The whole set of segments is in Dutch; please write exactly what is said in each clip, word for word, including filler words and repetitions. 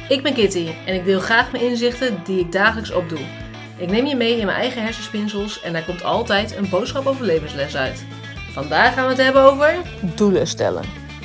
Ik ben Kitty en ik deel graag mijn inzichten die ik dagelijks opdoe. Ik neem je mee in mijn eigen hersenspinsels en daar komt altijd een boodschap over levensles uit. Vandaag gaan we het hebben over doelen stellen.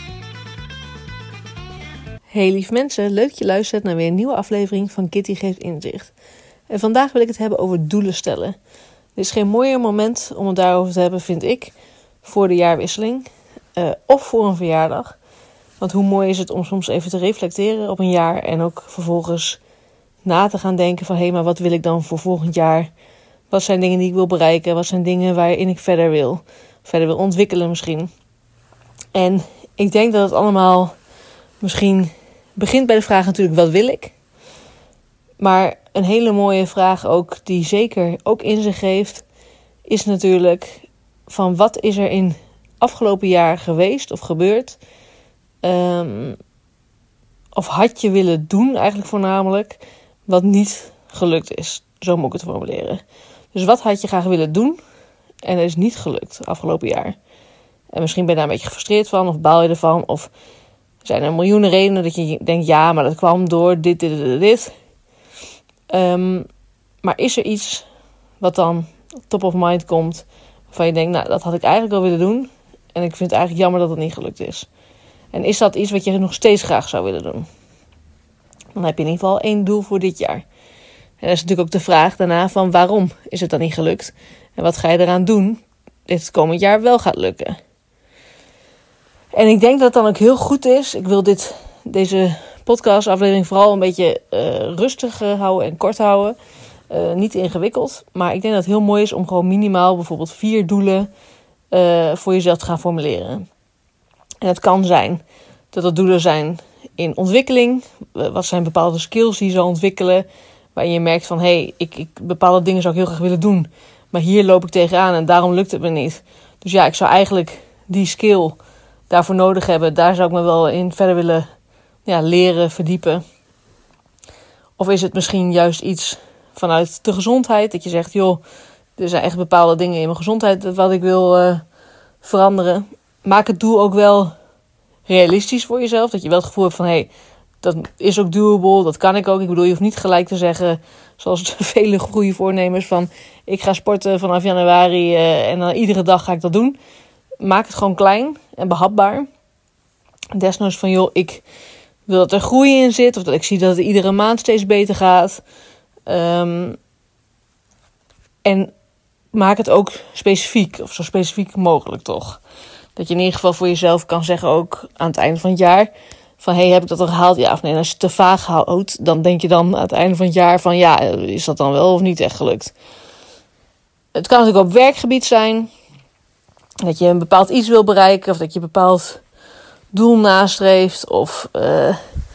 Hey lief mensen, leuk dat je luistert naar weer een nieuwe aflevering van Kitty Geeft Inzicht. En vandaag wil ik het hebben over doelen stellen. Er is geen mooier moment om het daarover te hebben, vind ik, voor de jaarwisseling uh, of voor een verjaardag. Want hoe mooi is het om soms even te reflecteren op een jaar en ook vervolgens na te gaan denken van hé, hey, maar wat wil ik dan voor volgend jaar? Wat zijn dingen die ik wil bereiken? Wat zijn dingen waarin ik verder wil? Verder wil ontwikkelen misschien. En ik denk dat het allemaal misschien begint bij de vraag natuurlijk, wat wil ik? Maar een hele mooie vraag ook, die zeker ook in zich heeft, is natuurlijk van wat is er in afgelopen jaar geweest of gebeurd? Um, of had je willen doen eigenlijk voornamelijk, wat niet gelukt is. Zo moet ik het formuleren. Dus wat had je graag willen doen en het is niet gelukt afgelopen jaar? En misschien ben je daar een beetje gefrustreerd van of baal je ervan. Of zijn er miljoenen redenen dat je denkt, ja, maar dat kwam door dit, dit, dit, dit. Um, maar is er iets wat dan top of mind komt, waarvan je denkt, nou, dat had ik eigenlijk wel willen doen. En ik vind het eigenlijk jammer dat het niet gelukt is. En is dat iets wat je nog steeds graag zou willen doen? Dan heb je in ieder geval één doel voor dit jaar. En dat is natuurlijk ook de vraag daarna van waarom is het dan niet gelukt? En wat ga je eraan doen dat het komend jaar wel gaat lukken? En ik denk dat het dan ook heel goed is. Ik wil dit, deze podcastaflevering vooral een beetje uh, rustig uh, houden en kort houden. Uh, niet ingewikkeld. Maar ik denk dat het heel mooi is om gewoon minimaal bijvoorbeeld vier doelen uh, voor jezelf te gaan formuleren. En het kan zijn dat er doelen zijn in ontwikkeling. Wat zijn bepaalde skills die je zou ontwikkelen, waarin je merkt van, hé, hey, ik, ik, bepaalde dingen zou ik heel graag willen doen. Maar hier loop ik tegenaan en daarom lukt het me niet. Dus ja, ik zou eigenlijk die skill daarvoor nodig hebben. Daar zou ik me wel in verder willen ja, leren, verdiepen. Of is het misschien juist iets vanuit de gezondheid, dat je zegt, joh, er zijn echt bepaalde dingen in mijn gezondheid wat ik wil uh, veranderen. Maak het doel ook wel realistisch voor jezelf. Dat je wel het gevoel hebt van, hé, hey, dat is ook doable, dat kan ik ook. Ik bedoel, je hoeft niet gelijk te zeggen, zoals vele goede voornemens, van ik ga sporten vanaf januari uh, en dan iedere dag ga ik dat doen. Maak het gewoon klein en behapbaar. Desnoods van, joh, ik wil dat er groei in zit, of dat ik zie dat het iedere maand steeds beter gaat. Um, en maak het ook specifiek, of zo specifiek mogelijk toch. Dat je in ieder geval voor jezelf kan zeggen ook aan het einde van het jaar, van hé, hey, heb ik dat al gehaald? Ja of nee? En als je het te vaag houdt, dan denk je dan aan het einde van het jaar van ja, is dat dan wel of niet echt gelukt? Het kan natuurlijk op werkgebied zijn, dat je een bepaald iets wil bereiken, of dat je een bepaald doel nastreeft, of uh,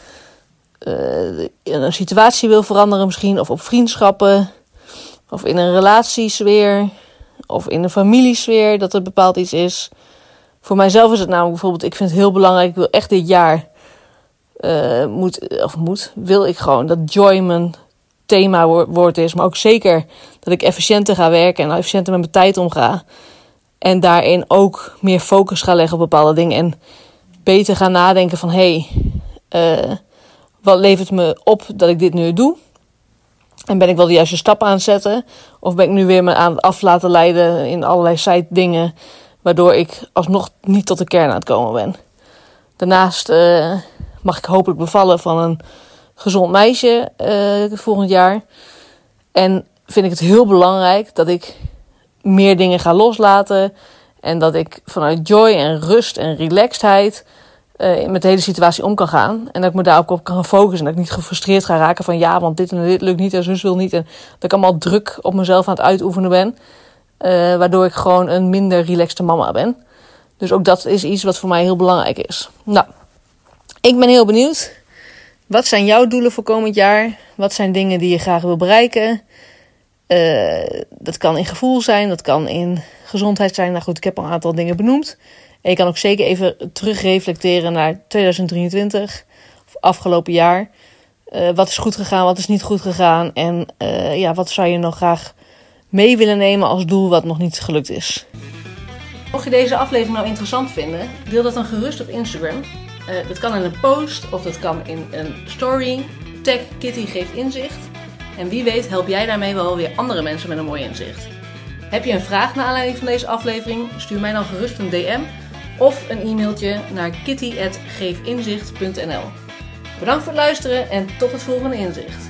uh, een situatie wil veranderen misschien, of op vriendschappen, of in een relatiesfeer, of in een familiesfeer, dat er bepaald iets is. Voor mijzelf is het namelijk bijvoorbeeld, ik vind het heel belangrijk, ik wil echt dit jaar, uh, moet, of moet, wil ik gewoon dat joy mijn themawoord is. Maar ook zeker dat ik efficiënter ga werken en efficiënter met mijn tijd omga. En daarin ook meer focus ga leggen op bepaalde dingen. En beter gaan nadenken van, hé, hey, uh, wat levert me op dat ik dit nu doe? En ben ik wel de juiste stappen aan het zetten? Of ben ik nu weer me aan het af laten leiden in allerlei side dingen, waardoor ik alsnog niet tot de kern aan het komen ben. Daarnaast uh, mag ik hopelijk bevallen van een gezond meisje uh, volgend jaar. En vind ik het heel belangrijk dat ik meer dingen ga loslaten. En dat ik vanuit joy en rust en relaxedheid uh, met de hele situatie om kan gaan. En dat ik me daarop op kan focussen. En dat ik niet gefrustreerd ga raken van ja, want dit en dit lukt niet en zus wil niet. En dat ik allemaal druk op mezelf aan het uitoefenen ben. Uh, waardoor ik gewoon een minder relaxte mama ben. Dus ook dat is iets wat voor mij heel belangrijk is. Nou, ik ben heel benieuwd. Wat zijn jouw doelen voor komend jaar? Wat zijn dingen die je graag wil bereiken? Uh, dat kan in gevoel zijn, dat kan in gezondheid zijn. Nou goed, ik heb al een aantal dingen benoemd. En je kan ook zeker even terugreflecteren naar tweeduizend drieëntwintig. Of afgelopen jaar. Uh, wat is goed gegaan, wat is niet goed gegaan? En uh, ja, wat zou je nog graag mee willen nemen als doel wat nog niet gelukt is? Mocht je deze aflevering nou interessant vinden, deel dat dan gerust op Instagram. Uh, dat kan in een post of dat kan in een story. Tag Kitty geeft inzicht. En wie weet help jij daarmee wel weer andere mensen met een mooi inzicht. Heb je een vraag naar aanleiding van deze aflevering? Stuur mij dan gerust een D M of een e-mailtje naar kitty at geefinzicht punt n l. Bedankt voor het luisteren en tot het volgende inzicht.